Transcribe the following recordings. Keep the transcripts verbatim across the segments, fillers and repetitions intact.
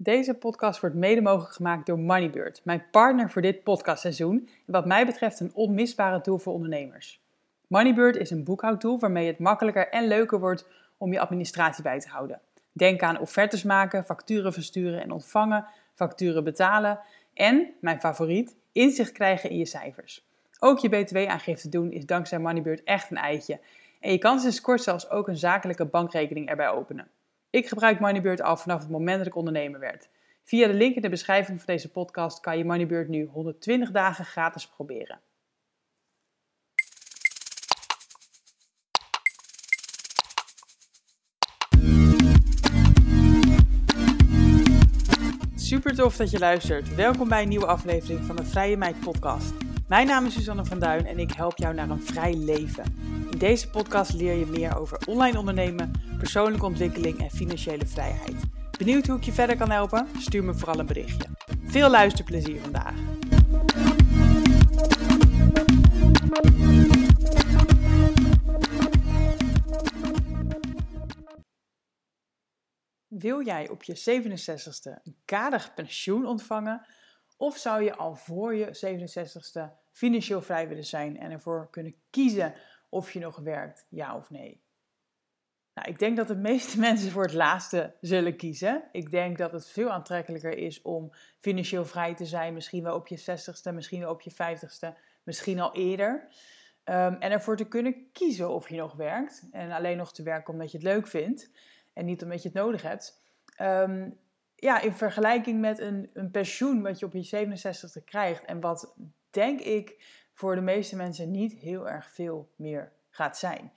Deze podcast wordt mede mogelijk gemaakt door Moneybird, mijn partner voor dit podcastseizoen en wat mij betreft een onmisbare tool voor ondernemers. Moneybird is een boekhoudtool waarmee het makkelijker en leuker wordt om je administratie bij te houden. Denk aan offertes maken, facturen versturen en ontvangen, facturen betalen en, mijn favoriet, inzicht krijgen in je cijfers. Ook je B T W-aangifte doen is dankzij Moneybird echt een eitje. En je kan sinds kort zelfs ook een zakelijke bankrekening erbij openen. Ik gebruik Moneybird al vanaf het moment dat ik ondernemer werd. Via de link in de beschrijving van deze podcast kan je Moneybird nu honderdtwintig dagen gratis proberen. Super tof dat je luistert. Welkom bij een nieuwe aflevering van de Vrije Meid podcast. Mijn naam is Suzanne van Duin en ik help jou naar een vrij leven. In deze podcast leer je meer over online ondernemen, persoonlijke ontwikkeling en financiële vrijheid. Benieuwd hoe ik je verder kan helpen? Stuur me vooral een berichtje. Veel luisterplezier vandaag. Wil jij op je zevenenzestigste een karig pensioen ontvangen? Of zou je al voor je zevenenzestigste financieel vrij willen zijn en ervoor kunnen kiezen of je nog werkt, ja of nee? Nou, ik denk dat de meeste mensen voor het laatste zullen kiezen. Ik denk dat het veel aantrekkelijker is om financieel vrij te zijn, misschien wel op je zestigste, misschien wel op je vijftigste, misschien al eerder. Um, en ervoor te kunnen kiezen of je nog werkt en alleen nog te werken omdat je het leuk vindt en niet omdat je het nodig hebt. Um, ja, in vergelijking met een, een pensioen wat je op je zevenenzestigste krijgt en wat denk ik voor de meeste mensen niet heel erg veel meer gaat zijn.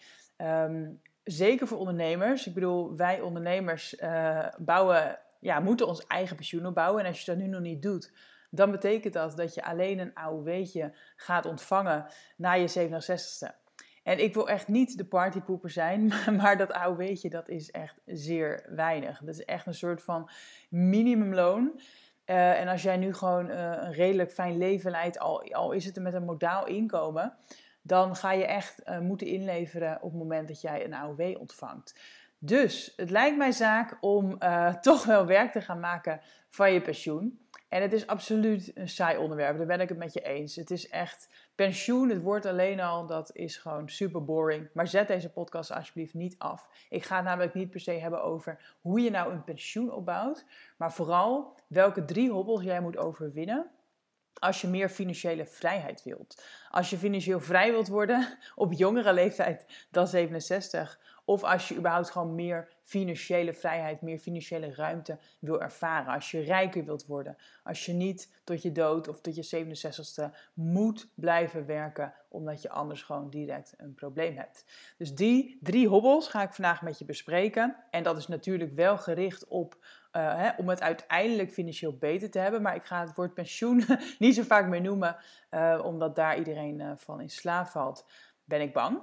Um, zeker voor ondernemers. Ik bedoel, wij ondernemers uh, bouwen, ja, moeten ons eigen pensioen opbouwen. En als je dat nu nog niet doet, dan betekent dat dat je alleen een A O W'tje gaat ontvangen na je zevenenzestigste. En ik wil echt niet de partypoeper zijn, maar dat A O W'tje, dat is echt zeer weinig. Dat is echt een soort van minimumloon. Uh, en als jij nu gewoon uh, een redelijk fijn leven leidt, al, al is het er met een modaal inkomen, dan ga je echt uh, moeten inleveren op het moment dat jij een A O W ontvangt. Dus het lijkt mij zaak om uh, toch wel werk te gaan maken van je pensioen. En het is absoluut een saai onderwerp, daar ben ik het met je eens. Het is echt pensioen, het woord alleen al, dat is gewoon super boring. Maar zet deze podcast alsjeblieft niet af. Ik ga het namelijk niet per se hebben over hoe je nou een pensioen opbouwt, maar vooral welke drie hobbels jij moet overwinnen als je meer financiële vrijheid wilt. Als je financieel vrij wilt worden op jongere leeftijd dan zevenenzestig. Of als je überhaupt gewoon meer financiële vrijheid, meer financiële ruimte wil ervaren. Als je rijker wilt worden. Als je niet tot je dood of tot je zevenenzestigste moet blijven werken, omdat je anders gewoon direct een probleem hebt. Dus die drie hobbels ga ik vandaag met je bespreken. En dat is natuurlijk wel gericht op Uh, hè, om het uiteindelijk financieel beter te hebben. Maar ik ga het woord pensioen niet zo vaak meer noemen, uh, omdat daar iedereen uh, van in slaap valt. Ben ik bang.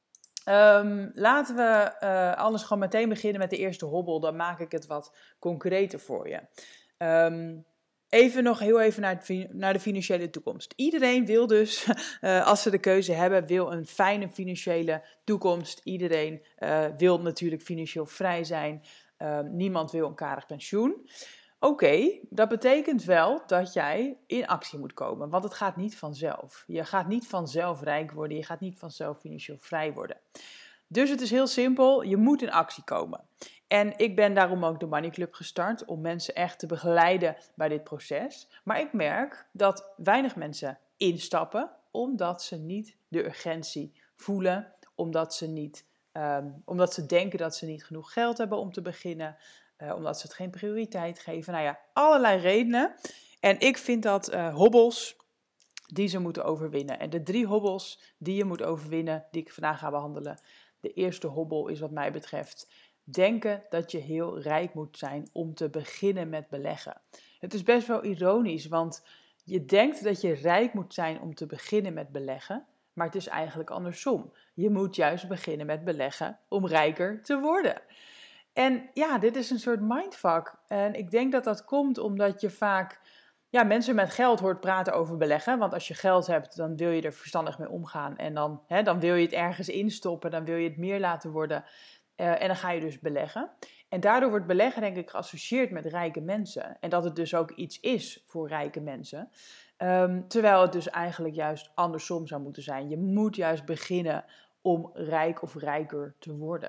Um, laten we uh, alles gewoon meteen beginnen met de eerste hobbel. Dan maak ik het wat concreter voor je. Um, Even nog heel even naar, het, naar de financiële toekomst. Iedereen wil dus, uh, als ze de keuze hebben, wil een fijne financiële toekomst. Iedereen uh, wil natuurlijk financieel vrij zijn. Uh, niemand wil een karig pensioen. Oké, okay, dat betekent wel dat jij in actie moet komen, want het gaat niet vanzelf. Je gaat niet vanzelf rijk worden, je gaat niet vanzelf financieel vrij worden. Dus het is heel simpel, je moet in actie komen. En ik ben daarom ook de Money Club gestart, om mensen echt te begeleiden bij dit proces. Maar ik merk dat weinig mensen instappen, omdat ze niet de urgentie voelen, omdat ze niet... Um, omdat ze denken dat ze niet genoeg geld hebben om te beginnen. Uh, omdat ze het geen prioriteit geven. Nou ja, allerlei redenen. En ik vind dat uh, hobbels die ze moeten overwinnen. En de drie hobbels die je moet overwinnen, die ik vandaag ga behandelen. De eerste hobbel is wat mij betreft denken dat je heel rijk moet zijn om te beginnen met beleggen. Het is best wel ironisch, want je denkt dat je rijk moet zijn om te beginnen met beleggen. Maar het is eigenlijk andersom. Je moet juist beginnen met beleggen om rijker te worden. En ja, dit is een soort mindfuck. En ik denk dat dat komt omdat je vaak ja, mensen met geld hoort praten over beleggen. Want als je geld hebt, dan wil je er verstandig mee omgaan. En dan, hè, dan wil je het ergens instoppen, dan wil je het meer laten worden. Uh, en dan ga je dus beleggen. En daardoor wordt beleggen denk ik geassocieerd met rijke mensen. En dat het dus ook iets is voor rijke mensen. Um, terwijl het dus eigenlijk juist andersom zou moeten zijn. Je moet juist beginnen om rijk of rijker te worden.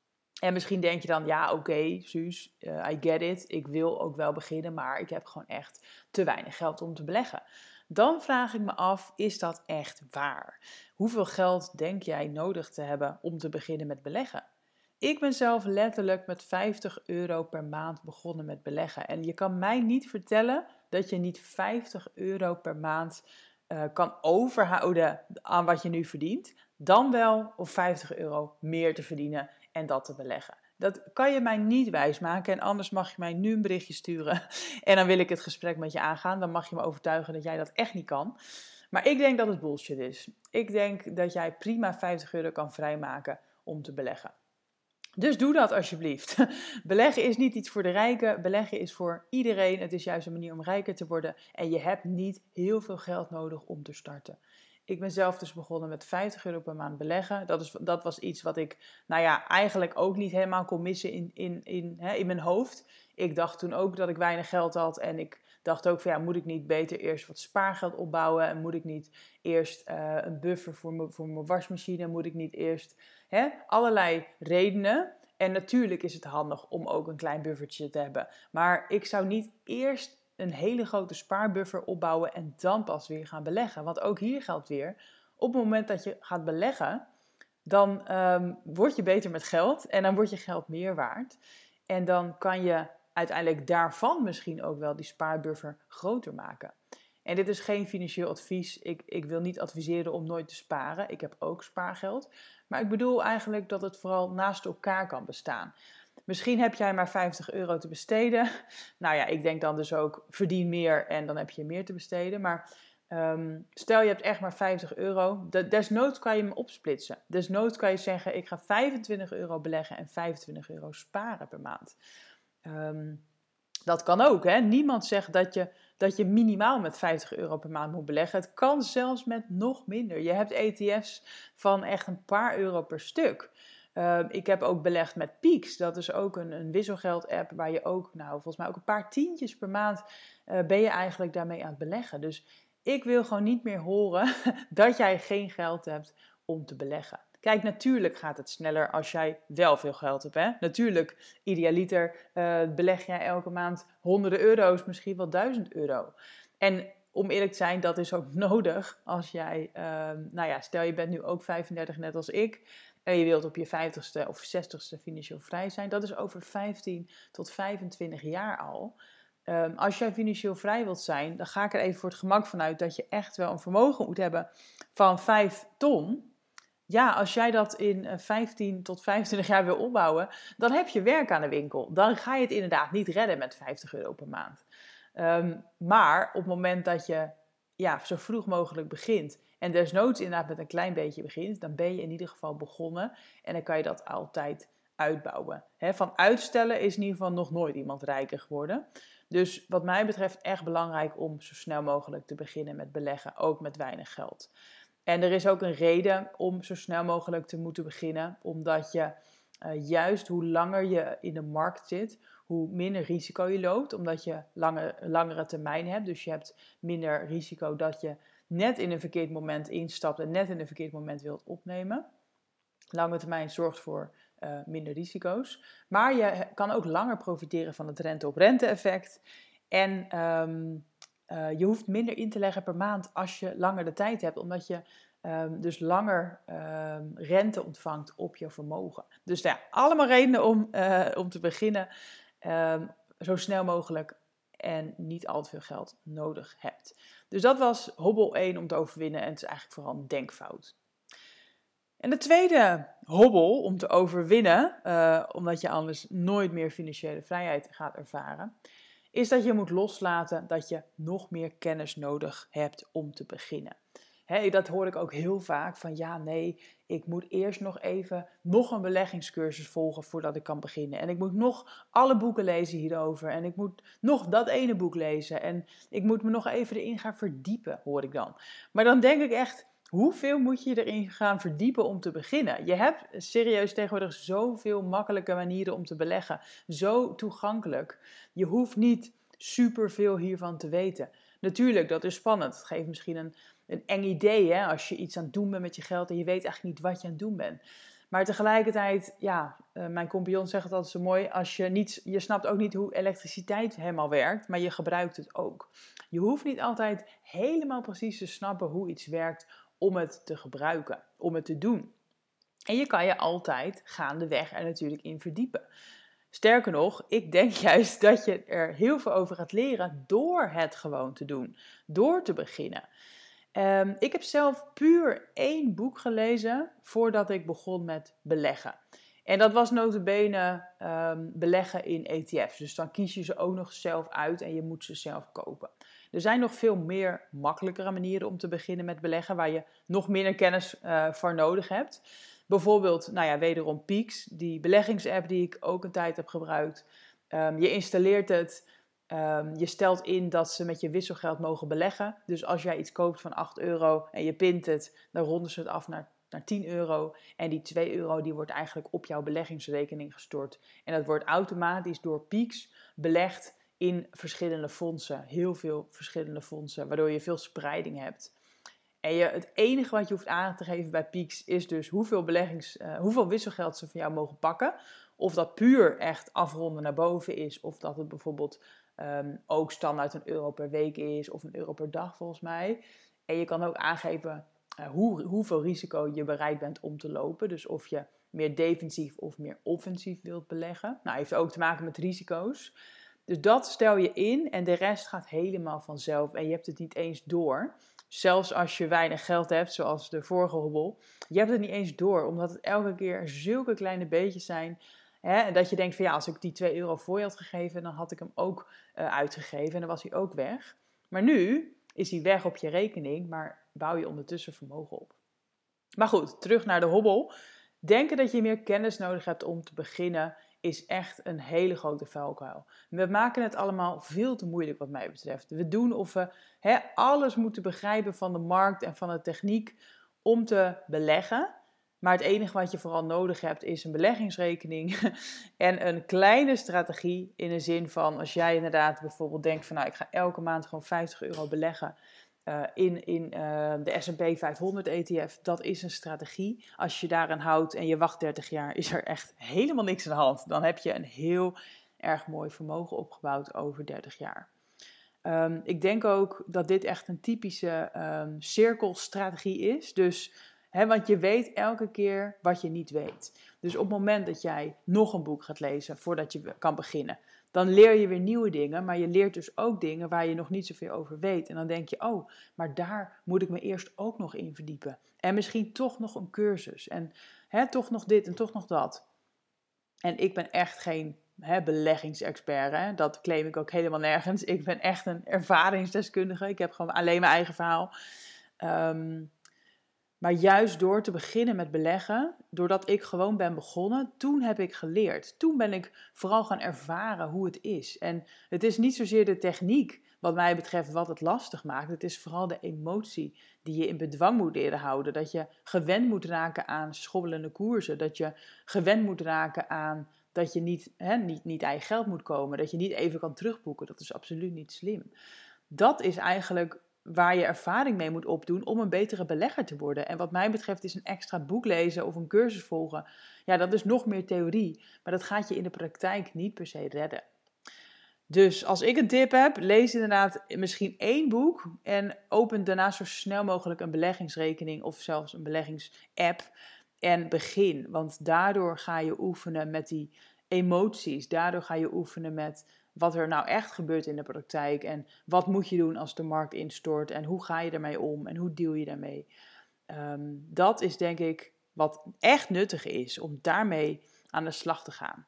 En misschien denk je dan, ja oké okay, Suus, uh, I get it. Ik wil ook wel beginnen, maar ik heb gewoon echt te weinig geld om te beleggen. Dan vraag ik me af, is dat echt waar? Hoeveel geld denk jij nodig te hebben om te beginnen met beleggen? Ik ben zelf letterlijk met vijftig euro per maand begonnen met beleggen. En je kan mij niet vertellen dat je niet vijftig euro per maand uh, kan overhouden aan wat je nu verdient. Dan wel om vijftig euro meer te verdienen en dat te beleggen. Dat kan je mij niet wijsmaken en anders mag je mij nu een berichtje sturen. En dan wil ik het gesprek met je aangaan. Dan mag je me overtuigen dat jij dat echt niet kan. Maar ik denk dat het bullshit is. Ik denk dat jij prima vijftig euro kan vrijmaken om te beleggen. Dus doe dat alsjeblieft. Beleggen is niet iets voor de rijken. Beleggen is voor iedereen. Het is juist een manier om rijker te worden. En je hebt niet heel veel geld nodig om te starten. Ik ben zelf dus begonnen met vijftig euro per maand beleggen. Dat, is, dat was iets wat ik, nou ja, eigenlijk ook niet helemaal kon missen in, in, in, hè, in mijn hoofd. Ik dacht toen ook dat ik weinig geld had. En ik dacht ook van ja, moet ik niet beter eerst wat spaargeld opbouwen? En moet ik niet eerst uh, een buffer voor mijn voor mijn wasmachine? Moet ik niet eerst, hè, allerlei redenen. En natuurlijk is het handig om ook een klein buffertje te hebben. Maar ik zou niet eerst een hele grote spaarbuffer opbouwen en dan pas weer gaan beleggen. Want ook hier geldt weer, op het moment dat je gaat beleggen, dan um, word je beter met geld en dan wordt je geld meer waard. En dan kan je uiteindelijk daarvan misschien ook wel die spaarbuffer groter maken. En dit is geen financieel advies. Ik, ik wil niet adviseren om nooit te sparen. Ik heb ook spaargeld. Maar ik bedoel eigenlijk dat het vooral naast elkaar kan bestaan. Misschien heb jij maar vijftig euro te besteden. Nou ja, ik denk dan dus ook verdien meer en dan heb je meer te besteden. Maar um, stel je hebt echt maar vijftig euro. De, desnoods kan je hem opsplitsen. Desnoods kan je zeggen ik ga vijfentwintig euro beleggen en vijfentwintig euro sparen per maand. Um, dat kan ook. Hè? Niemand zegt dat je, dat je minimaal met vijftig euro per maand moet beleggen. Het kan zelfs met nog minder. Je hebt E T F's van echt een paar euro per stuk. Uh, ik heb ook belegd met Peaks. Dat is ook een, een wisselgeld-app waar je ook, nou volgens mij ook een paar tientjes per maand uh, ben je eigenlijk daarmee aan het beleggen. Dus ik wil gewoon niet meer horen dat jij geen geld hebt om te beleggen. Kijk, natuurlijk gaat het sneller als jij wel veel geld hebt. Hè? Natuurlijk, idealiter uh, beleg jij elke maand honderden euro's, misschien wel duizend euro. En om eerlijk te zijn, dat is ook nodig als jij, uh, nou ja, stel je bent nu ook vijfendertig net als ik. En je wilt op je vijftigste of zestigste financieel vrij zijn. Dat is over vijftien tot vijfentwintig jaar al. Um, als jij financieel vrij wilt zijn, dan ga ik er even voor het gemak vanuit dat je echt wel een vermogen moet hebben van vijf ton. Ja, als jij dat in vijftien tot vijfentwintig jaar wil opbouwen, dan heb je werk aan de winkel. Dan ga je het inderdaad niet redden met vijftig euro per maand. Um, maar op het moment dat je ja, zo vroeg mogelijk begint en desnoods inderdaad met een klein beetje begint, dan ben je in ieder geval begonnen en dan kan je dat altijd uitbouwen. He, van uitstellen is in ieder geval nog nooit iemand rijker geworden. Dus wat mij betreft echt belangrijk om zo snel mogelijk te beginnen met beleggen, ook met weinig geld. En er is ook een reden om zo snel mogelijk te moeten beginnen, omdat je uh, juist hoe langer je in de markt zit, hoe minder risico je loopt, omdat je lange, langere termijn hebt. Dus je hebt minder risico dat je net in een verkeerd moment instapt en net in een verkeerd moment wilt opnemen. Lange termijn zorgt voor uh, minder risico's. Maar je kan ook langer profiteren van het rente-op-rente effect. En um, uh, je hoeft minder in te leggen per maand als je langer de tijd hebt, omdat je um, dus langer um, rente ontvangt op je vermogen. Dus ja, allemaal redenen om, uh, om te beginnen um, zo snel mogelijk en niet al te veel geld nodig hebt. Dus dat was hobbel één om te overwinnen en het is eigenlijk vooral een denkfout. En de tweede hobbel om te overwinnen, uh, omdat je anders nooit meer financiële vrijheid gaat ervaren, is dat je moet loslaten dat je nog meer kennis nodig hebt om te beginnen. He, dat hoor ik ook heel vaak van ja, nee, ik moet eerst nog even nog een beleggingscursus volgen voordat ik kan beginnen. En ik moet nog alle boeken lezen hierover en ik moet nog dat ene boek lezen en ik moet me nog even erin gaan verdiepen, hoor ik dan. Maar dan denk ik echt, Hoeveel moet je erin gaan verdiepen om te beginnen? Je hebt serieus tegenwoordig zoveel makkelijke manieren om te beleggen. Zo toegankelijk. Je hoeft niet superveel hiervan te weten. Natuurlijk, dat is spannend. Het geeft misschien een, een eng idee, hè, als je iets aan het doen bent met je geld en je weet eigenlijk niet wat je aan het doen bent. Maar tegelijkertijd, ja, uh, mijn compagnon zegt het altijd zo mooi, als je, niet, je snapt ook niet hoe elektriciteit helemaal werkt, maar je gebruikt het ook. Je hoeft niet altijd helemaal precies te snappen hoe iets werkt om het te gebruiken, om het te doen. En je kan je altijd gaandeweg er natuurlijk in verdiepen. Sterker nog, ik denk juist dat je er heel veel over gaat leren door het gewoon te doen, door te beginnen. Um, ik heb zelf puur één boek gelezen voordat ik begon met beleggen. En dat was nota bene um, beleggen in E T F's. Dus dan kies je ze ook nog zelf uit en je moet ze zelf kopen. Er zijn nog veel meer makkelijkere manieren om te beginnen met beleggen, waar je nog minder kennis uh, voor nodig hebt. Bijvoorbeeld, nou ja, wederom Peaks, die beleggingsapp die ik ook een tijd heb gebruikt. Um, je installeert het. Um, je stelt in dat ze met je wisselgeld mogen beleggen. Dus als jij iets koopt van acht euro en je pint het, dan ronden ze het af naar, naar tien euro. En die twee euro die wordt eigenlijk op jouw beleggingsrekening gestort. En dat wordt automatisch door Peaks belegd in verschillende fondsen. Heel veel verschillende fondsen, waardoor je veel spreiding hebt. En je, het enige wat je hoeft aan te geven bij Peaks is dus hoeveel, beleggings, uh, hoeveel wisselgeld ze van jou mogen pakken. Of dat puur echt afronden naar boven is, of dat het bijvoorbeeld um, ook standaard een euro per week is, of een euro per dag volgens mij. En je kan ook aangeven uh, hoe, hoeveel risico je bereid bent om te lopen. Dus of je meer defensief of meer offensief wilt beleggen. Nou, heeft ook te maken met risico's. Dus dat stel je in en de rest gaat helemaal vanzelf en je hebt het niet eens door. Zelfs als je weinig geld hebt, zoals de vorige hobbel, je hebt het niet eens door, omdat het elke keer zulke kleine beetjes zijn. Hè, dat je denkt van ja, als ik die twee euro voor je had gegeven, dan had ik hem ook uh, uitgegeven en dan was hij ook weg. Maar nu is hij weg op je rekening, maar bouw je ondertussen vermogen op. Maar goed, terug naar de hobbel. Denken dat je meer kennis nodig hebt om te beginnen is echt een hele grote vuilkuil. We maken het allemaal veel te moeilijk wat mij betreft. We doen of we he, alles moeten begrijpen van de markt en van de techniek om te beleggen. Maar het enige wat je vooral nodig hebt is een beleggingsrekening en een kleine strategie in de zin van als jij inderdaad bijvoorbeeld denkt van nou ik ga elke maand gewoon vijftig euro beleggen. Uh, in, in uh, de S en P vijfhonderd E T F, dat is een strategie. Als je daaraan houdt en je wacht dertig jaar, is er echt helemaal niks aan de hand. Dan heb je een heel erg mooi vermogen opgebouwd over dertig jaar. Um, ik denk ook dat dit echt een typische um, cirkelstrategie is. Dus, hè, want je weet elke keer wat je niet weet. Dus op het moment dat jij nog een boek gaat lezen voordat je kan beginnen, dan leer je weer nieuwe dingen, maar je leert dus ook dingen waar je nog niet zoveel over weet. En dan denk je, oh, maar daar moet ik me eerst ook nog in verdiepen. En misschien toch nog een cursus. En hè, toch nog dit en toch nog dat. En ik ben echt geen hè, beleggingsexpert. Hè? Dat claim ik ook helemaal nergens. Ik ben echt een ervaringsdeskundige. Ik heb gewoon alleen mijn eigen verhaal. Um, Maar juist door te beginnen met beleggen, doordat ik gewoon ben begonnen, toen heb ik geleerd. Toen ben ik vooral gaan ervaren hoe het is. En het is niet zozeer de techniek, wat mij betreft, wat het lastig maakt. Het is vooral de emotie die je in bedwang moet leren houden. Dat je gewend moet raken aan schobbelende koersen. Dat je gewend moet raken aan dat je niet, hè, niet, niet eigen geld moet komen. Dat je niet even kan terugboeken. Dat is absoluut niet slim. Dat is eigenlijk waar je ervaring mee moet opdoen om een betere belegger te worden. En wat mij betreft is een extra boek lezen of een cursus volgen, ja, dat is nog meer theorie, maar dat gaat je in de praktijk niet per se redden. Dus als ik een tip heb, lees inderdaad misschien één boek en open daarna zo snel mogelijk een beleggingsrekening of zelfs een beleggingsapp en begin. Want daardoor ga je oefenen met die emoties, daardoor ga je oefenen met wat er nou echt gebeurt in de praktijk en wat moet je doen als de markt instort en hoe ga je ermee om en hoe deal je daarmee. Um, dat is denk ik wat echt nuttig is om daarmee aan de slag te gaan.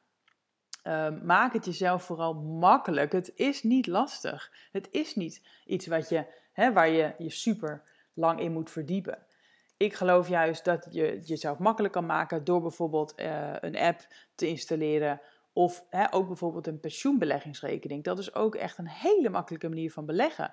Um, maak het jezelf vooral makkelijk. Het is niet lastig. Het is niet iets wat je, hè, waar je je super lang in moet verdiepen. Ik geloof juist dat je het jezelf makkelijk kan maken door bijvoorbeeld uh, een app te installeren. Of hè, ook bijvoorbeeld een pensioenbeleggingsrekening. Dat is ook echt een hele makkelijke manier van beleggen.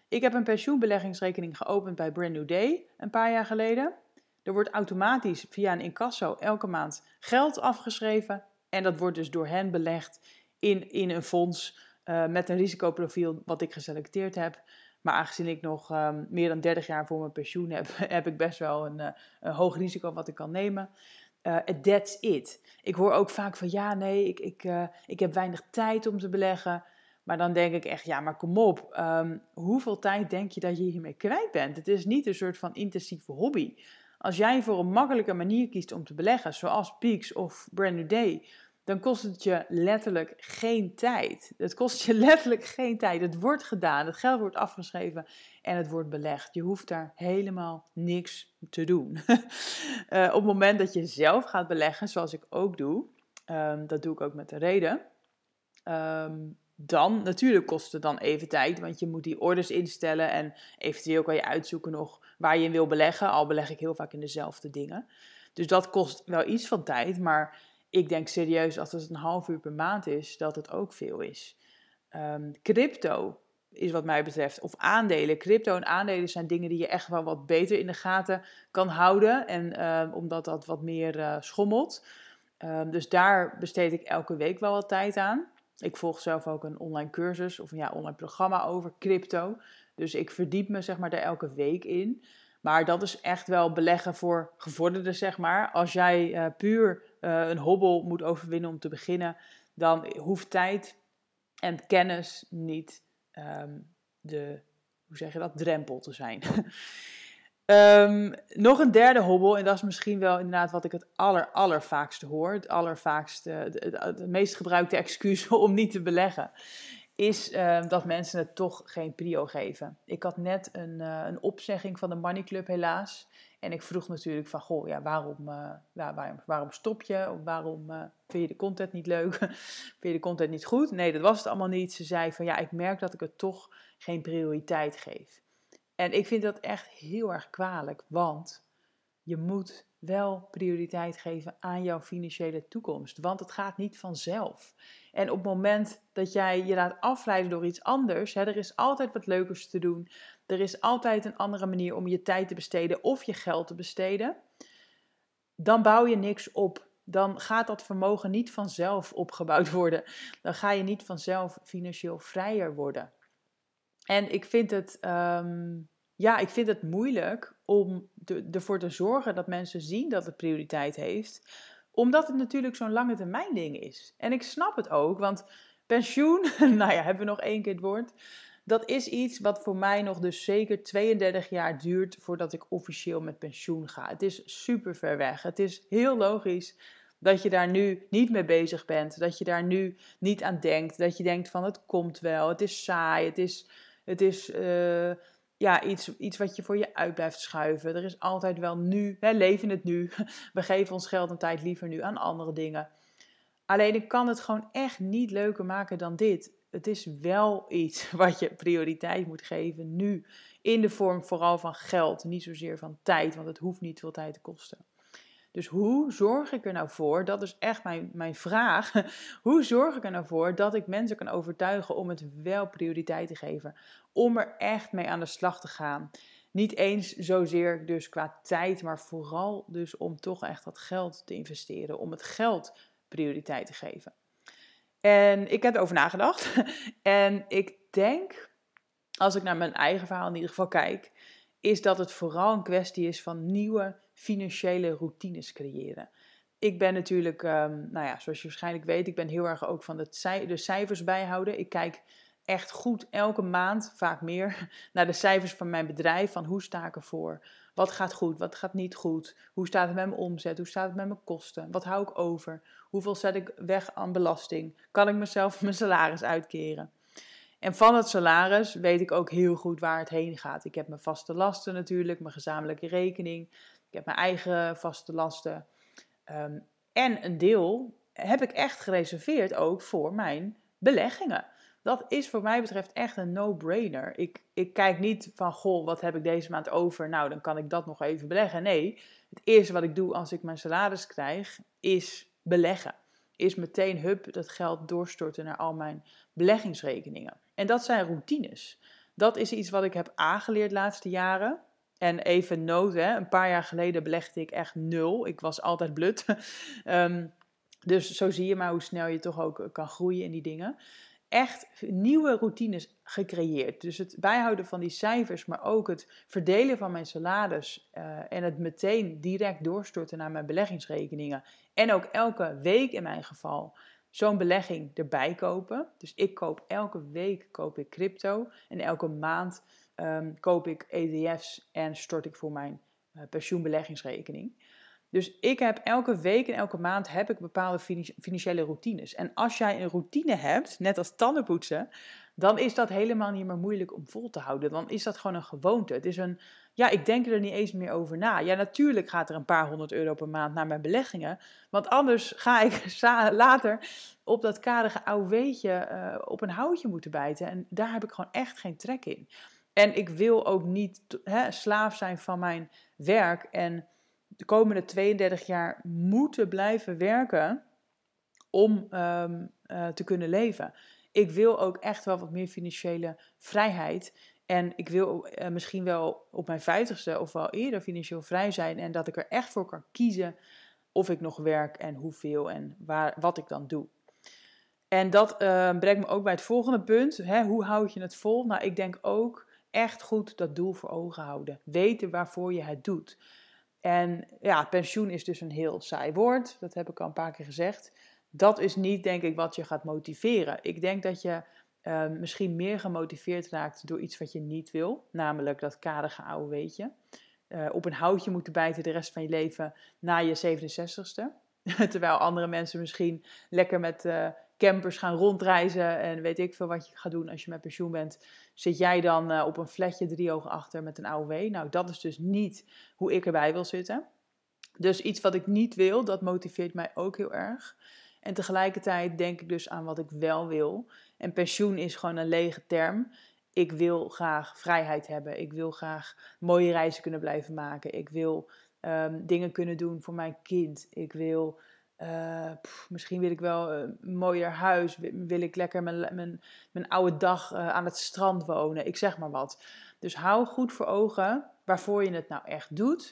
Ik heb een pensioenbeleggingsrekening geopend bij Brand New Day een paar jaar geleden. Er wordt automatisch via een incasso elke maand geld afgeschreven. En dat wordt dus door hen belegd in, in een fonds uh, met een risicoprofiel wat ik geselecteerd heb. Maar aangezien ik nog um, meer dan dertig jaar voor mijn pensioen heb, heb ik best wel een, uh, een hoog risico wat ik kan nemen. Uh, that's it. Ik hoor ook vaak van ja, nee, ik, ik, uh, ik heb weinig tijd om te beleggen. Maar dan denk ik echt, ja, maar kom op. Um, hoeveel tijd denk je dat je hiermee kwijt bent? Het is niet een soort van intensieve hobby. Als jij voor een makkelijke manier kiest om te beleggen, zoals Peaks of Brand New Day, dan kost het je letterlijk geen tijd. Het kost je letterlijk geen tijd. Het wordt gedaan, het geld wordt afgeschreven en het wordt belegd. Je hoeft daar helemaal niks te doen. uh, op het moment dat je zelf gaat beleggen, zoals ik ook doe, um, dat doe ik ook met de reden, um, dan, natuurlijk kost het dan even tijd, want je moet die orders instellen en eventueel kan je uitzoeken nog waar je in wil beleggen. Al beleg ik heel vaak in dezelfde dingen. Dus dat kost wel iets van tijd, maar ik denk serieus als het een half uur per maand is, dat het ook veel is. Um, crypto is wat mij betreft, of aandelen. Crypto en aandelen zijn dingen die je echt wel wat beter in de gaten kan houden. En uh, omdat dat wat meer uh, schommelt. Um, dus daar besteed ik elke week wel wat tijd aan. Ik volg zelf ook een online cursus of een ja, online programma over crypto. Dus ik verdiep me zeg maar daar elke week in. Maar dat is echt wel beleggen voor gevorderden, zeg maar. Als jij uh, puur uh, een hobbel moet overwinnen om te beginnen, dan hoeft tijd en kennis niet um, de, hoe zeg je dat, drempel te zijn. um, nog een derde hobbel, en dat is misschien wel inderdaad wat ik het aller, allervaakste hoor. Het allervaakste, het, het, het meest gebruikte excuus om niet te beleggen, is uh, dat mensen het toch geen prio geven. Ik had net een, uh, een opzegging van de Money Club helaas. En ik vroeg natuurlijk van, goh, ja, waarom, uh, ja, waarom, waarom stop je? Of waarom uh, vind je de content niet leuk? Vind je de content niet goed? Nee, dat was het allemaal niet. Ze zei van, ja, ik merk dat ik het toch geen prioriteit geef. En ik vind dat echt heel erg kwalijk, want je moet wel prioriteit geven aan jouw financiële toekomst. Want het gaat niet vanzelf. En op het moment dat jij je laat afleiden door iets anders, hè, er is altijd wat leukers te doen. Er is altijd een andere manier om je tijd te besteden of je geld te besteden. Dan bouw je niks op. Dan gaat dat vermogen niet vanzelf opgebouwd worden. Dan ga je niet vanzelf financieel vrijer worden. En ik vind het... Um, Ja, ik vind het moeilijk om de, ervoor te zorgen dat mensen zien dat het prioriteit heeft. Omdat het natuurlijk zo'n lange termijn ding is. En ik snap het ook, want pensioen, nou ja, hebben we nog één keer het woord. Dat is iets wat voor mij nog dus zeker tweeëndertig jaar duurt voordat ik officieel met pensioen ga. Het is super ver weg. Het is heel logisch dat je daar nu niet mee bezig bent. Dat je daar nu niet aan denkt. Dat je denkt van het komt wel, het is saai, het is... Het is uh, Ja, iets, iets wat je voor je uit blijft schuiven. Er is altijd wel nu, hè, leef in het nu. We geven ons geld en tijd liever nu aan andere dingen. Alleen ik kan het gewoon echt niet leuker maken dan dit. Het is wel iets wat je prioriteit moet geven nu. In de vorm vooral van geld, niet zozeer van tijd, want het hoeft niet veel tijd te kosten. Dus hoe zorg ik er nou voor, dat is echt mijn, mijn vraag, hoe zorg ik er nou voor dat ik mensen kan overtuigen om het wel prioriteit te geven? Om er echt mee aan de slag te gaan. Niet eens zozeer dus qua tijd, maar vooral dus om toch echt dat geld te investeren. Om het geld prioriteit te geven. En ik heb erover nagedacht. En ik denk, als ik naar mijn eigen verhaal in ieder geval kijk, is dat het vooral een kwestie is van nieuwe financiële routines creëren. Ik ben natuurlijk, um, nou ja, zoals je waarschijnlijk weet, ik ben heel erg ook van de, de cijfers bijhouden. Ik kijk echt goed elke maand, vaak meer, naar de cijfers van mijn bedrijf. Van hoe sta ik ervoor? Wat gaat goed? Wat gaat niet goed? Hoe staat het met mijn omzet? Hoe staat het met mijn kosten? Wat hou ik over? Hoeveel zet ik weg aan belasting? Kan ik mezelf mijn salaris uitkeren? En van het salaris weet ik ook heel goed waar het heen gaat. Ik heb mijn vaste lasten natuurlijk, mijn gezamenlijke rekening. Ik heb mijn eigen vaste lasten. Um, en een deel heb ik echt gereserveerd ook voor mijn beleggingen. Dat is voor mij betreft echt een no-brainer. Ik, ik kijk niet van, goh, wat heb ik deze maand over? Nou, dan kan ik dat nog even beleggen. Nee, het eerste wat ik doe als ik mijn salaris krijg, is beleggen. Is meteen, hup, dat geld doorstorten naar al mijn beleggingsrekeningen. En dat zijn routines. dat is iets wat ik heb aangeleerd de laatste jaren. En even noot, hè, een paar jaar geleden belegde ik echt nul. Ik was altijd blut. um, dus zo zie je maar hoe snel je toch ook kan groeien in die dingen. Echt nieuwe routines gecreëerd. Dus het bijhouden van die cijfers, maar ook het verdelen van mijn salades uh, en het meteen direct doorstorten naar mijn beleggingsrekeningen. En ook elke week in mijn geval zo'n belegging erbij kopen. Dus ik koop elke week koop ik crypto en elke maand um, koop ik E T F's en stort ik voor mijn uh, pensioenbeleggingsrekening. Dus ik heb elke week en elke maand heb ik bepaalde financiële routines. En als jij een routine hebt, net als tandenpoetsen, dan is dat helemaal niet meer moeilijk om vol te houden. Dan is dat gewoon een gewoonte. Het is een, ja, ik denk er niet eens meer over na. Ja, natuurlijk gaat er een paar honderd euro per maand naar mijn beleggingen. Want anders ga ik later op dat karige oude weetje uh, op een houtje moeten bijten. En daar heb ik gewoon echt geen trek in. En ik wil ook niet hè, slaaf zijn van mijn werk en de komende tweeëndertig jaar moeten blijven werken om um, uh, te kunnen leven. Ik wil ook echt wel wat meer financiële vrijheid. En ik wil uh, misschien wel op mijn vijftigste of wel eerder financieel vrij zijn. En dat ik er echt voor kan kiezen of ik nog werk en hoeveel en waar, wat ik dan doe. En dat uh, brengt me ook bij het volgende punt. Hè, hoe houd je het vol? Nou, ik denk ook echt goed dat doel voor ogen houden. Weten waarvoor je het doet. En ja, pensioen is dus een heel saai woord. Dat heb ik al een paar keer gezegd. Dat is niet, denk ik, wat je gaat motiveren. Ik denk dat je uh, misschien meer gemotiveerd raakt door iets wat je niet wil. Namelijk dat karige oude weetje. Uh, op een houtje moeten bijten de rest van je leven na je zevenenzestigste. Terwijl andere mensen misschien lekker met uh, campers gaan rondreizen en weet ik veel wat je gaat doen als je met pensioen bent. Zit jij dan uh, op een flatje drie ogen achter met een A O W? Nou, dat is dus niet hoe ik erbij wil zitten. Dus iets wat ik niet wil, dat motiveert mij ook heel erg. En tegelijkertijd denk ik dus aan wat ik wel wil. En pensioen is gewoon een lege term. Ik wil graag vrijheid hebben. Ik wil graag mooie reizen kunnen blijven maken. Ik wil um, dingen kunnen doen voor mijn kind. Ik wil, uh, pff, misschien wil ik wel een mooier huis. Wil ik lekker mijn, mijn, mijn oude dag uh, aan het strand wonen. Ik zeg maar wat. Dus hou goed voor ogen waarvoor je het nou echt doet.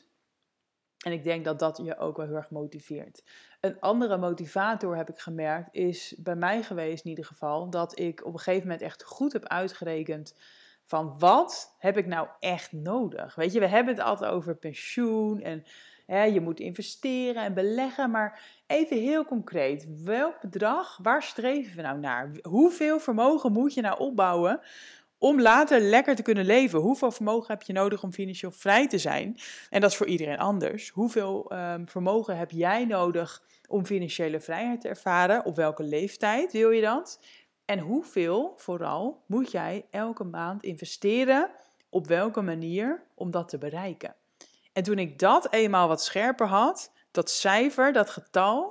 En ik denk dat dat je ook wel heel erg motiveert. Een andere motivator, heb ik gemerkt, is bij mij geweest in ieder geval, dat ik op een gegeven moment echt goed heb uitgerekend van wat heb ik nou echt nodig. Weet je, we hebben het altijd over pensioen en hè, je moet investeren en beleggen, maar even heel concreet, welk bedrag, waar streven we nou naar? Hoeveel vermogen moet je nou opbouwen om later lekker te kunnen leven? Hoeveel vermogen heb je nodig om financieel vrij te zijn? En dat is voor iedereen anders. Hoeveel um, vermogen heb jij nodig om financiële vrijheid te ervaren? Op welke leeftijd wil je dat? En hoeveel, vooral, moet jij elke maand investeren? Op welke manier om dat te bereiken? En toen ik dat eenmaal wat scherper had, dat cijfer, dat getal,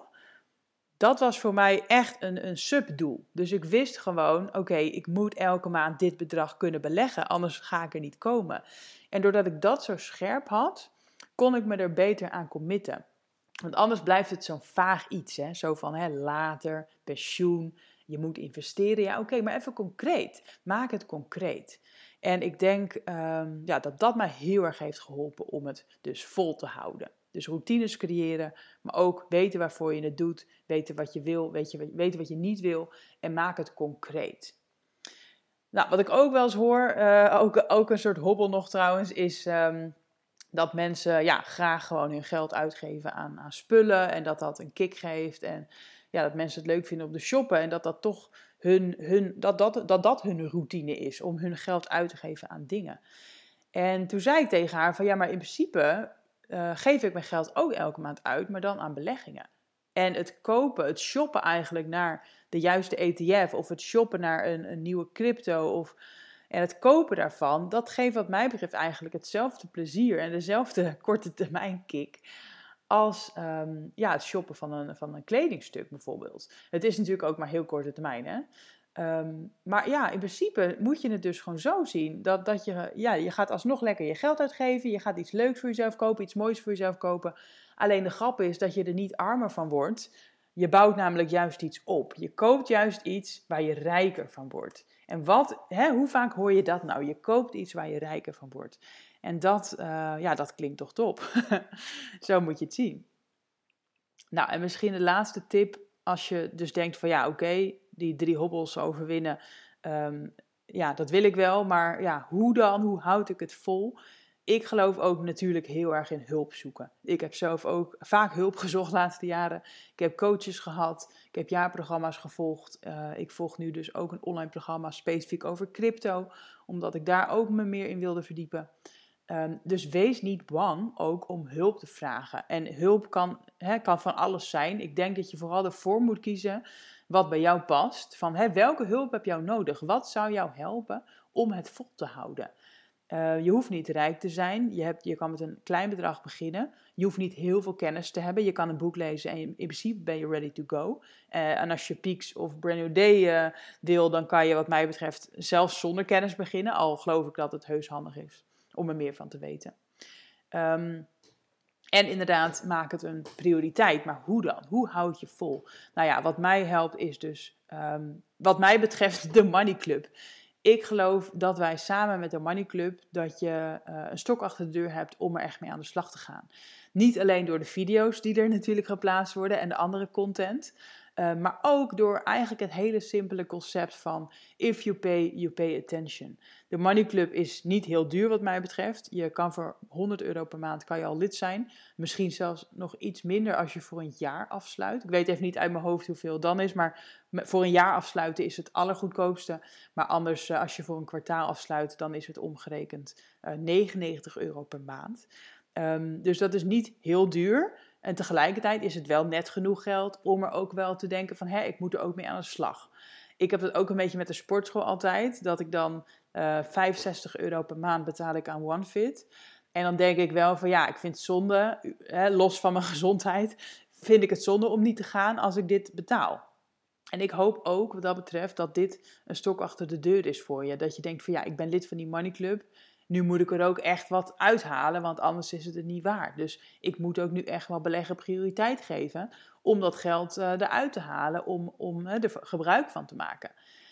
dat was voor mij echt een, een subdoel. Dus ik wist gewoon, oké, okay, ik moet elke maand dit bedrag kunnen beleggen, anders ga ik er niet komen. En doordat ik dat zo scherp had, kon ik me er beter aan committen. Want anders blijft het zo'n vaag iets, hè? Zo van hè, later, pensioen, je moet investeren. Ja, oké, okay, maar even concreet. Maak het concreet. En ik denk um, ja, dat dat mij heel erg heeft geholpen om het dus vol te houden. Dus routines creëren, maar ook weten waarvoor je het doet, weten wat je wil, weet je, weten wat je niet wil en maak het concreet. Nou, wat ik ook wel eens hoor, uh, ook, ook een soort hobbel nog trouwens, is um, dat mensen ja, graag gewoon hun geld uitgeven aan, aan spullen en dat dat een kick geeft en ja, dat mensen het leuk vinden om te shoppen en dat dat toch hun, hun, dat, dat, dat, dat hun routine is om hun geld uit te geven aan dingen. En toen zei ik tegen haar van ja, maar in principe Uh, geef ik mijn geld ook elke maand uit, maar dan aan beleggingen. En het kopen, het shoppen eigenlijk naar de juiste E T F of het shoppen naar een, een nieuwe crypto of, en het kopen daarvan, dat geeft wat mij betreft eigenlijk hetzelfde plezier en dezelfde korte termijn kick als um, ja, het shoppen van een, van een kledingstuk bijvoorbeeld. Het is natuurlijk ook maar heel korte termijn, hè. Um, maar ja, in principe moet je het dus gewoon zo zien. Dat, dat je, ja, je gaat alsnog lekker je geld uitgeven. Je gaat iets leuks voor jezelf kopen, iets moois voor jezelf kopen. Alleen de grap is dat je er niet armer van wordt. Je bouwt namelijk juist iets op. Je koopt juist iets waar je rijker van wordt. En wat, hè, hoe vaak hoor je dat nou? Je koopt iets waar je rijker van wordt. En dat, uh, ja, dat klinkt toch top. Zo moet je het zien. Nou, en misschien de laatste tip, als je dus denkt van ja, oké, okay, die drie hobbels overwinnen, um, ja, dat wil ik wel, maar ja, hoe dan? Hoe houd ik het vol? Ik geloof ook natuurlijk heel erg in hulp zoeken. Ik heb zelf ook vaak hulp gezocht de laatste jaren. Ik heb coaches gehad, ik heb jaarprogramma's gevolgd. Uh, ik volg nu dus ook een online programma specifiek over crypto, omdat ik daar ook me meer in wilde verdiepen. Um, dus wees niet bang ook om hulp te vragen. En hulp kan, hè, kan van alles zijn. Ik denk dat je vooral ervoor moet kiezen wat bij jou past. Van hè, welke hulp heb jou nodig? Wat zou jou helpen om het vol te houden? Uh, je hoeft niet rijk te zijn. Je, hebt, je kan met een klein bedrag beginnen. Je hoeft niet heel veel kennis te hebben. Je kan een boek lezen en in principe ben je ready to go. Uh, en als je Peaks of Brand New Day uh, wil, dan kan je wat mij betreft zelfs zonder kennis beginnen. Al geloof ik dat het heus handig is om er meer van te weten. Um, en inderdaad, maak het een prioriteit. Maar hoe dan? Hoe houd je vol? Nou ja, wat mij helpt is dus, um, wat mij betreft, de Money Club. Ik geloof dat wij samen met de Money Club, dat je uh, een stok achter de deur hebt om er echt mee aan de slag te gaan. Niet alleen door de video's die er natuurlijk geplaatst worden en de andere content. Uh, maar ook door eigenlijk het hele simpele concept van if you pay, you pay attention. De Money Club is niet heel duur wat mij betreft. Je kan voor honderd euro per maand kan je al lid zijn. Misschien zelfs nog iets minder als je voor een jaar afsluit. Ik weet even niet uit mijn hoofd hoeveel het dan is, maar voor een jaar afsluiten is het allergoedkoopste. Maar anders, uh, als je voor een kwartaal afsluit, dan is het omgerekend uh, negenennegentig euro per maand. Um, dus dat is niet heel duur. En tegelijkertijd is het wel net genoeg geld om er ook wel te denken van, hé, ik moet er ook mee aan de slag. Ik heb dat ook een beetje met de sportschool altijd, dat ik dan uh, vijfenzestig euro per maand betaal ik aan OneFit. En dan denk ik wel van, ja, ik vind het zonde, hè, los van mijn gezondheid, vind ik het zonde om niet te gaan als ik dit betaal. En ik hoop ook wat dat betreft dat dit een stok achter de deur is voor je. Dat je denkt van, ja, ik ben lid van die Money Club. Nu moet ik er ook echt wat uithalen, want anders is het het niet waard. Dus ik moet ook nu echt wel beleggen prioriteit geven om dat geld uh, eruit te halen, om, om uh, er gebruik van te maken.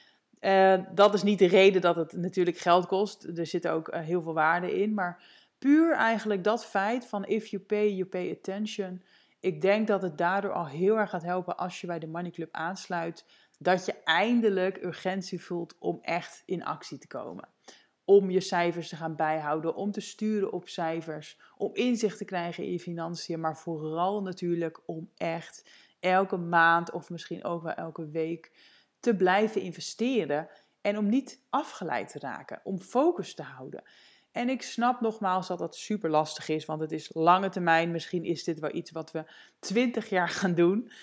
Uh, dat is niet de reden dat het natuurlijk geld kost. Er zit ook uh, heel veel waarde in. Maar puur eigenlijk dat feit van if you pay, you pay attention. Ik denk dat het daardoor al heel erg gaat helpen als je bij de Money Club aansluit. Dat je eindelijk urgentie voelt om echt in actie te komen. Om je cijfers te gaan bijhouden, om te sturen op cijfers, om inzicht te krijgen in je financiën, maar vooral natuurlijk om echt elke maand of misschien ook wel elke week te blijven investeren en om niet afgeleid te raken, om focus te houden. En ik snap nogmaals dat dat super lastig is, want het is lange termijn. Misschien is dit wel iets wat we twintig jaar gaan doen. Um,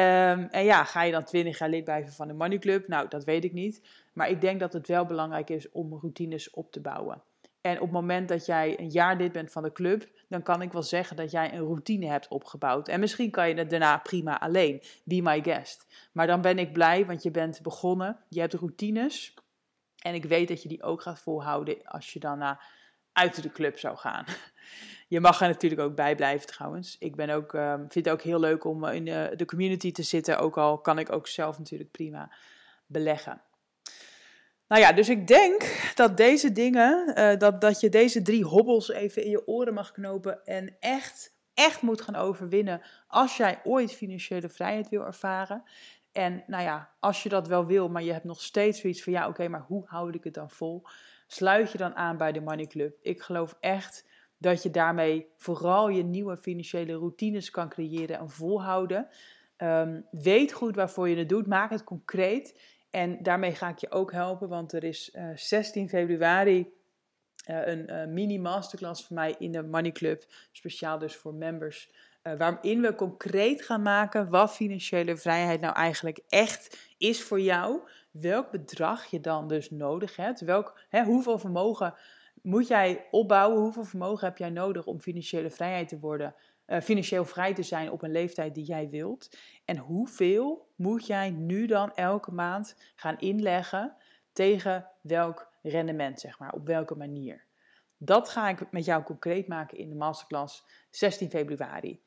en ja, ga je dan twintig jaar lid blijven van de Money Club? Nou, dat weet ik niet. Maar ik denk dat het wel belangrijk is om routines op te bouwen. En op het moment dat jij een jaar lid bent van de club, dan kan ik wel zeggen dat jij een routine hebt opgebouwd. En misschien kan je het daarna prima alleen. Be my guest. Maar dan ben ik blij, want je bent begonnen. Je hebt routines. En ik weet dat je die ook gaat volhouden als je daarna uit de club zou gaan. Je mag er natuurlijk ook bij blijven trouwens. Ik ben ook, uh, vind het ook heel leuk om in de, de community te zitten. Ook al kan ik ook zelf natuurlijk prima beleggen. Nou ja, dus ik denk dat deze dingen, uh, dat, dat je deze drie hobbels even in je oren mag knopen en echt, echt moet gaan overwinnen als jij ooit financiële vrijheid wil ervaren. En nou ja, als je dat wel wil, maar je hebt nog steeds zoiets van ja, oké, okay, maar hoe houd ik het dan vol? Sluit je dan aan bij de Money Club. Ik geloof echt dat je daarmee vooral je nieuwe financiële routines kan creëren en volhouden. Um, weet goed waarvoor je het doet, maak het concreet. En daarmee ga ik je ook helpen, want er is uh, zestien februari uh, een uh, mini-masterclass van mij in de Money Club. Speciaal dus voor members. Uh, waarin we concreet gaan maken wat financiële vrijheid nou eigenlijk echt is voor jou. Welk bedrag je dan dus nodig hebt. Welk, hè, hoeveel vermogen moet jij opbouwen? Hoeveel vermogen heb jij nodig om financiële vrijheid te worden? Uh, financieel vrij te zijn op een leeftijd die jij wilt. En hoeveel moet jij nu dan elke maand gaan inleggen tegen welk rendement, zeg maar, op welke manier? Dat ga ik met jou concreet maken in de masterclass zestien februari.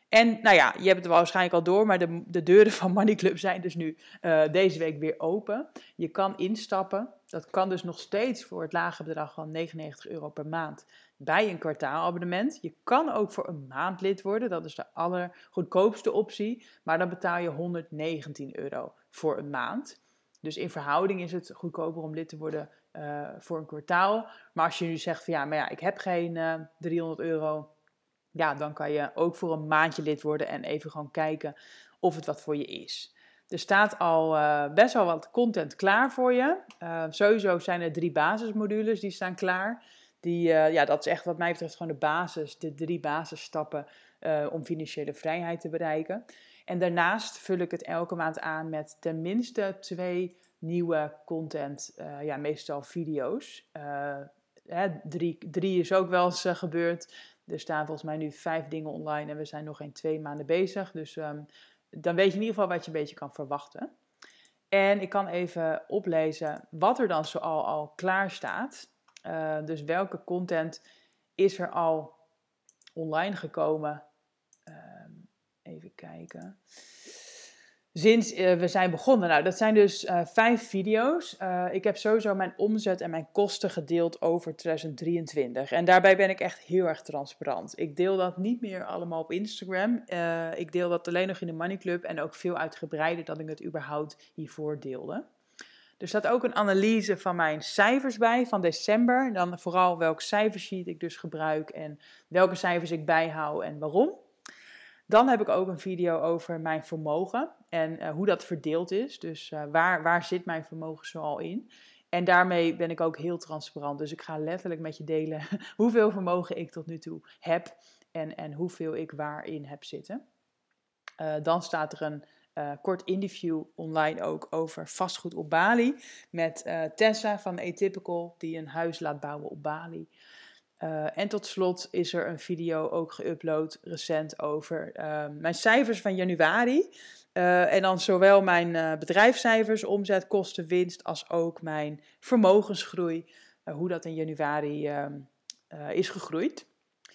En nou ja, je hebt het waarschijnlijk al door, maar de, de deuren van Money Club zijn dus nu uh, deze week weer open. Je kan instappen. Dat kan dus nog steeds voor het lage bedrag van negenennegentig euro per maand bij een kwartaalabonnement. Je kan ook voor een maand lid worden. Dat is de allergoedkoopste optie. Maar dan betaal je honderdnegentien euro voor een maand. Dus in verhouding is het goedkoper om lid te worden uh, voor een kwartaal. Maar als je nu zegt van ja, maar ja, ik heb geen uh, driehonderd euro... Ja, dan kan je ook voor een maandje lid worden en even gewoon kijken of het wat voor je is. Er staat al uh, best wel wat content klaar voor je. Uh, sowieso zijn er drie basismodules die staan klaar. Die, uh, ja, dat is echt wat mij betreft gewoon de basis, de drie basisstappen uh, om financiële vrijheid te bereiken. En daarnaast vul ik het elke maand aan met tenminste twee nieuwe content, uh, ja, meestal video's. Uh, hè, drie, drie is ook wel eens uh, gebeurd. Er staan volgens mij nu vijf dingen online en we zijn nog geen twee maanden bezig. Dus um, dan weet je in ieder geval wat je een beetje kan verwachten. En ik kan even oplezen wat er dan zoal al klaar staat. Uh, dus welke content is er al online gekomen? Uh, even kijken. Sinds uh, we zijn begonnen. Nou, dat zijn dus uh, vijf video's. Uh, ik heb sowieso mijn omzet en mijn kosten gedeeld over tweeduizend drieëntwintig. En daarbij ben ik echt heel erg transparant. Ik deel dat niet meer allemaal op Instagram. Uh, ik deel dat alleen nog in de Money Club en ook veel uitgebreider dan ik het überhaupt hiervoor deelde. Er staat ook een analyse van mijn cijfers bij van december. Dan vooral welk cijfersheet ik dus gebruik en welke cijfers ik bijhoud en waarom. Dan heb ik ook een video over mijn vermogen en uh, hoe dat verdeeld is. Dus uh, waar, waar zit mijn vermogen zoal in? En daarmee ben ik ook heel transparant. Dus ik ga letterlijk met je delen hoeveel vermogen ik tot nu toe heb en, en hoeveel ik waarin heb zitten. Uh, dan staat er een uh, kort interview online ook over vastgoed op Bali. Met uh, Tessa van Atypical die een huis laat bouwen op Bali. Uh, en tot slot is er een video ook geüpload recent over uh, mijn cijfers van januari. Uh, en dan zowel mijn uh, bedrijfscijfers, omzet, kosten, winst, als ook mijn vermogensgroei. Uh, hoe dat in januari uh, uh, is gegroeid.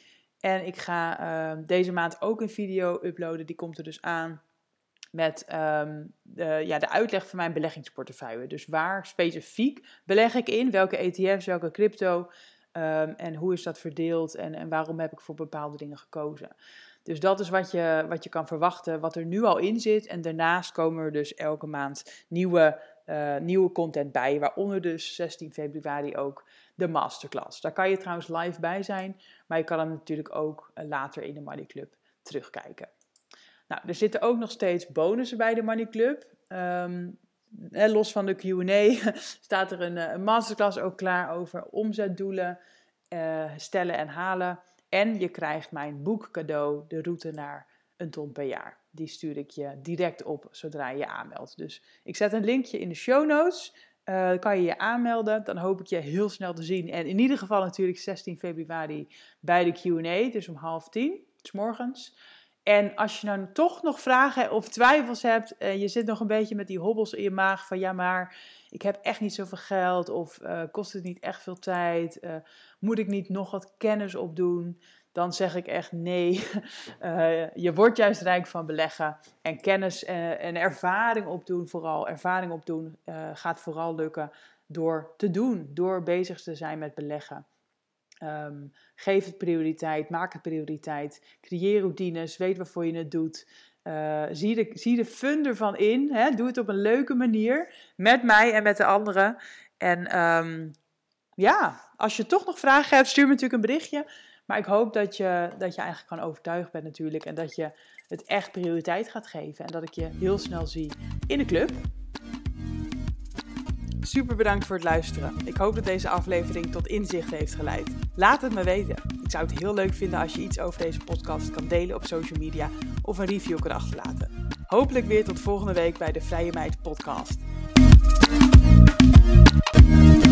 En ik ga uh, deze maand ook een video uploaden, die komt er dus aan. Met um, de, ja, de uitleg van mijn beleggingsportefeuille. Dus waar specifiek beleg ik in, welke E T F's, welke crypto... Um, en hoe is dat verdeeld en, en waarom heb ik voor bepaalde dingen gekozen. Dus dat is wat je, wat je kan verwachten, wat er nu al in zit. En daarnaast komen er dus elke maand nieuwe, uh, nieuwe content bij. Waaronder dus zestien februari ook de masterclass. Daar kan je trouwens live bij zijn. Maar je kan hem natuurlijk ook uh, later in de Money Club terugkijken. Nou, er zitten ook nog steeds bonussen bij de Money Club. Um, Los van de Q en A staat er een, een masterclass ook klaar over omzetdoelen uh, stellen en halen. En je krijgt mijn boek cadeau, de route naar een ton per jaar. Die stuur ik je direct op zodra je je aanmeldt. Dus ik zet een linkje in de show notes. Uh, dan kan je je aanmelden. Dan hoop ik je heel snel te zien. En in ieder geval natuurlijk zestien februari bij de Q en A. Dus om half tien, 's morgens. En als je nou toch nog vragen of twijfels hebt, en je zit nog een beetje met die hobbels in je maag van ja, maar ik heb echt niet zoveel geld of uh, kost het niet echt veel tijd, uh, moet ik niet nog wat kennis opdoen, dan zeg ik echt nee. Uh, je wordt juist rijk van beleggen en kennis uh, en ervaring opdoen, vooral ervaring opdoen uh, gaat vooral lukken door te doen, door bezig te zijn met beleggen. Um, geef het prioriteit, maak het prioriteit, creëer routines, weet waarvoor je het doet. Uh, zie, de, zie de fun ervan in, hè? Doe het op een leuke manier, met mij en met de anderen. En um, ja, als je toch nog vragen hebt, stuur me natuurlijk een berichtje. Maar ik hoop dat je, dat je eigenlijk gewoon overtuigd bent natuurlijk en dat je het echt prioriteit gaat geven. En dat ik je heel snel zie in de club. Super bedankt voor het luisteren. Ik hoop dat deze aflevering tot inzicht heeft geleid. Laat het me weten. Ik zou het heel leuk vinden als je iets over deze podcast kan delen op social media of een review kan achterlaten. Hopelijk weer tot volgende week bij de Vrije Meid podcast.